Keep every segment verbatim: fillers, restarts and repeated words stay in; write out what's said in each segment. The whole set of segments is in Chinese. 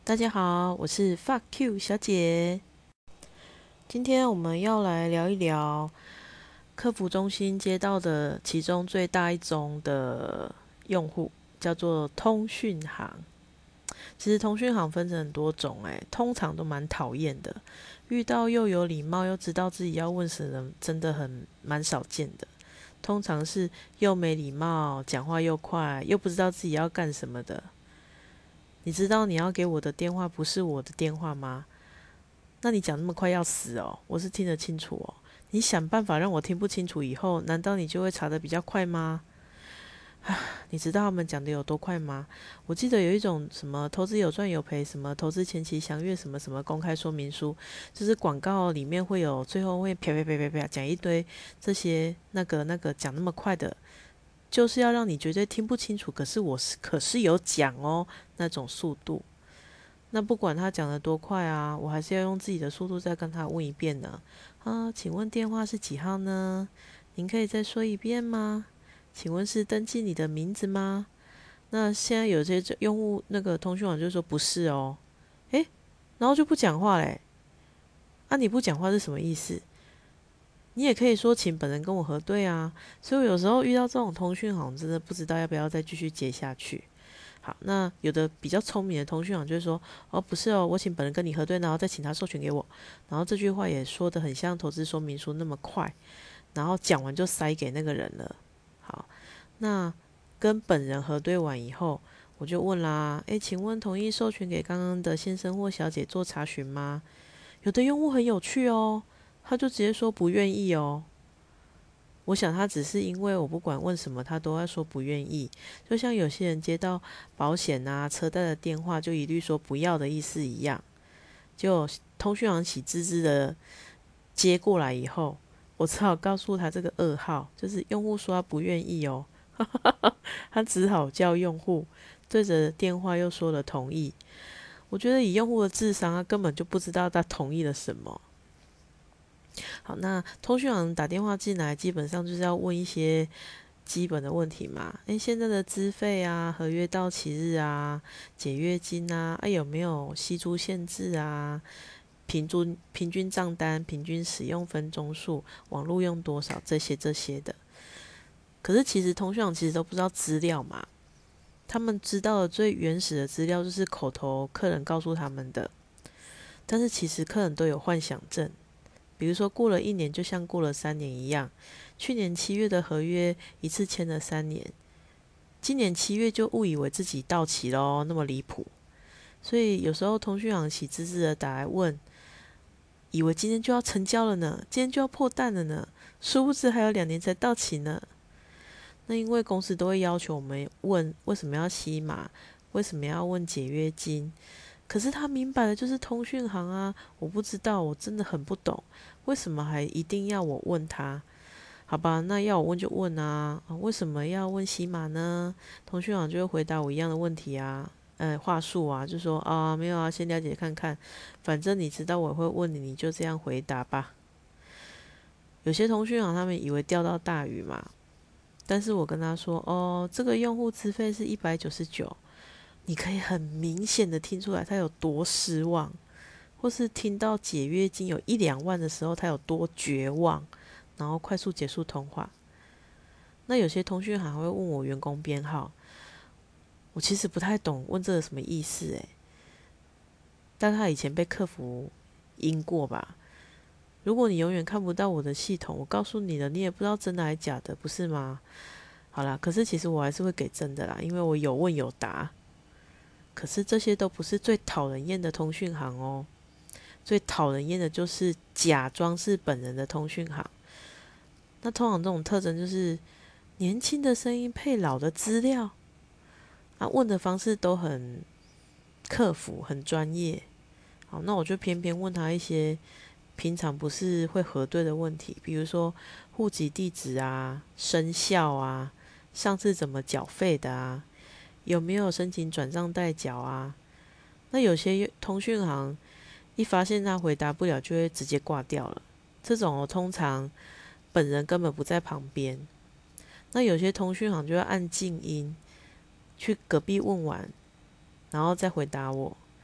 大家好，我是 Fuck You 小姐。今天我们要来聊一聊客服中心接到的其中最大一宗的用户，叫做通讯行。其实通讯行分成很多种，诶，通常都蛮讨厌的。遇到又有礼貌又知道自己要问什么，真的很蛮少见的。通常是又没礼貌，讲话又快，又不知道自己要干什么的。你知道你要给我的电话不是我的电话吗？那你讲那么快要死哦，我是听得清楚哦。你想办法让我听不清楚以后，难道你就会查得比较快吗？你知道他们讲的有多快吗？我记得有一种什么投资有赚有赔，什么投资前期详阅什么什么公开说明书，就是广告里面会有最后会啪啪啪啪啪讲一堆这些那个那个讲那么快的，就是要让你绝对听不清楚。可是我是可是有讲哦，那种速度。那不管他讲的多快啊，我还是要用自己的速度再跟他问一遍呢。啊，请问电话是几号呢？您可以再说一遍吗？请问是登记你的名字吗？那现在有些用户那个通讯网就说不是哦，诶，然后就不讲话嘞。啊，你不讲话是什么意思？你也可以说请本人跟我核对啊。所以我有时候遇到这种通讯行，真的不知道要不要再继续接下去。好，那有的比较聪明的通讯行就会说，哦，不是哦，我请本人跟你核对，然后再请他授权给我。然后这句话也说的很像投资说明书那么快，然后讲完就塞给那个人了。好，那跟本人核对完以后，我就问啦，诶，请问同意授权给刚刚的先生或小姐做查询吗？有的用户很有趣哦，他就直接说不愿意哦。我想他只是因为我不管问什么，他都要说不愿意，就像有些人接到保险啊、车贷的电话，就一律说不要的意思一样。就通讯行喜滋滋的接过来以后，我只好告诉他这个噩耗，就是用户说他不愿意哦，他只好叫用户对着电话又说了同意。我觉得以用户的智商，他根本就不知道他同意了什么。好，那通讯行打电话进来，基本上就是要问一些基本的问题嘛。诶，现在的资费啊，合约到期日啊，解约金啊，啊有没有息租限制啊？平均平均账单、平均使用分钟数、网络用多少，这些这些的。可是其实通讯行其实都不知道资料嘛，他们知道的最原始的资料就是口头客人告诉他们的，但是其实客人都有幻想症。比如说过了一年就像过了三年一样，去年七月的合约一次签了三年，今年七月就误以为自己到期咯，那么离谱。所以有时候通讯行喜滋滋的打来问，以为今天就要成交了呢，今天就要破蛋了呢，殊不知还有两年才到期呢。那因为公司都会要求我们问为什么要吸码，为什么要问解约金，可是他明摆的就是通讯行啊，我不知道，我真的很不懂，为什么还一定要我问他？好吧，那要我问就问啊，啊为什么要问西马呢？通讯行就会回答我一样的问题啊，呃，话术啊，就说啊，没有啊，先了解看看，反正你知道我会问你，你就这样回答吧。有些通讯行他们以为钓到大鱼嘛，但是我跟他说，哦，这个用户资费是一百九十九，你可以很明显的听出来他有多失望。或是听到解约金有一两万的时候，他有多绝望，然后快速结束通话。那有些通讯行会问我员工编号，我其实不太懂问这个什么意思诶，但他以前被客服阴过吧？如果你永远看不到我的系统，我告诉你了，你也不知道真的还假的，不是吗？好啦，可是其实我还是会给真的啦，因为我有问有答。可是这些都不是最讨人厌的通讯行哦。最讨人厌的就是假装是本人的通讯行。那通常这种特征就是年轻的声音配老的资料，啊，问的方式都很客服，很专业。好，那我就偏偏问他一些平常不是会核对的问题，比如说户籍地址啊、生效啊、上次怎么缴费的啊、有没有申请转账代缴啊。那有些通讯行一发现他回答不了，就会直接挂掉了。这种我通常本人根本不在旁边。那有些通讯行就会按静音，去隔壁问完，然后再回答我。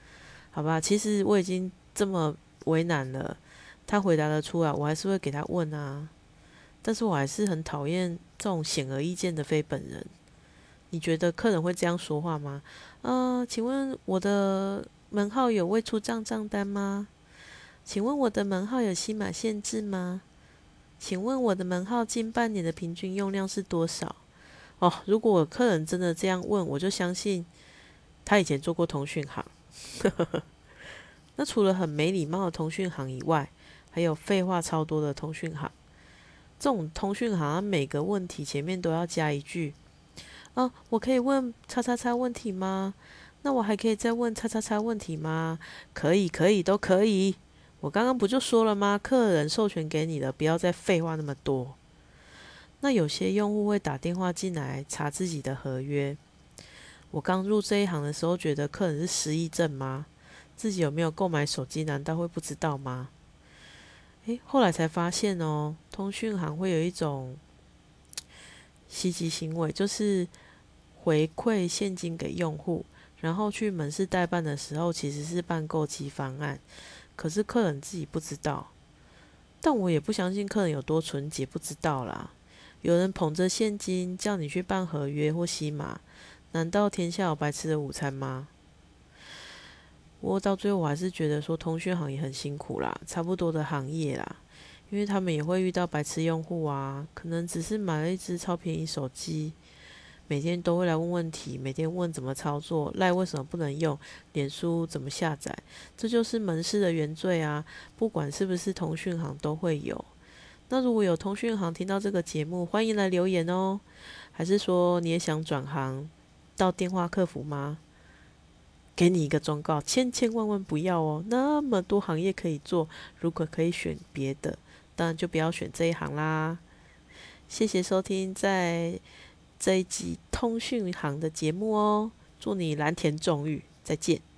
好吧，其实我已经这么为难了，他回答得出来，我还是会给他问啊。但是我还是很讨厌这种显而易见的非本人。你觉得客人会这样说话吗？呃，请问我的门号有未出账账单吗？请问我的门号有新码限制吗？请问我的门号近半年的平均用量是多少？哦，如果客人真的这样问，我就相信他以前做过通讯行。那除了很没礼貌的通讯行以外，还有废话超多的通讯行。这种通讯行，它每个问题前面都要加一句：哦，我可以问叉叉叉问题吗？那我还可以再问叉叉叉问题吗？可以，可以，都可以。我刚刚不就说了吗？客人授权给你的，不要再废话那么多。那有些用户会打电话进来查自己的合约。我刚入这一行的时候，觉得客人是失忆症吗？自己有没有购买手机，难道会不知道吗？诶，后来才发现哦，通讯行会有一种袭击行为，就是回馈现金给用户，然后去门市代办的时候，其实是办购机方案，可是客人自己不知道。但我也不相信客人有多纯洁，不知道啦。有人捧着现金叫你去办合约或西马，难道天下有白吃的午餐吗？不过到最后我还是觉得说通讯行也很辛苦啦，差不多的行业啦，因为他们也会遇到白痴用户啊，可能只是买了一只超便宜手机，每天都会来问问题，每天问怎么操作，赖为什么不能用，脸书怎么下载，这就是门市的原罪啊，不管是不是通讯行都会有。那如果有通讯行听到这个节目，欢迎来留言哦。还是说你也想转行到电话客服吗？给你一个忠告，千千万万不要哦！那么多行业可以做，如果可以选别的，当然就不要选这一行啦。谢谢收听在这一集通讯行的节目哦，祝你蓝田种玉，再见。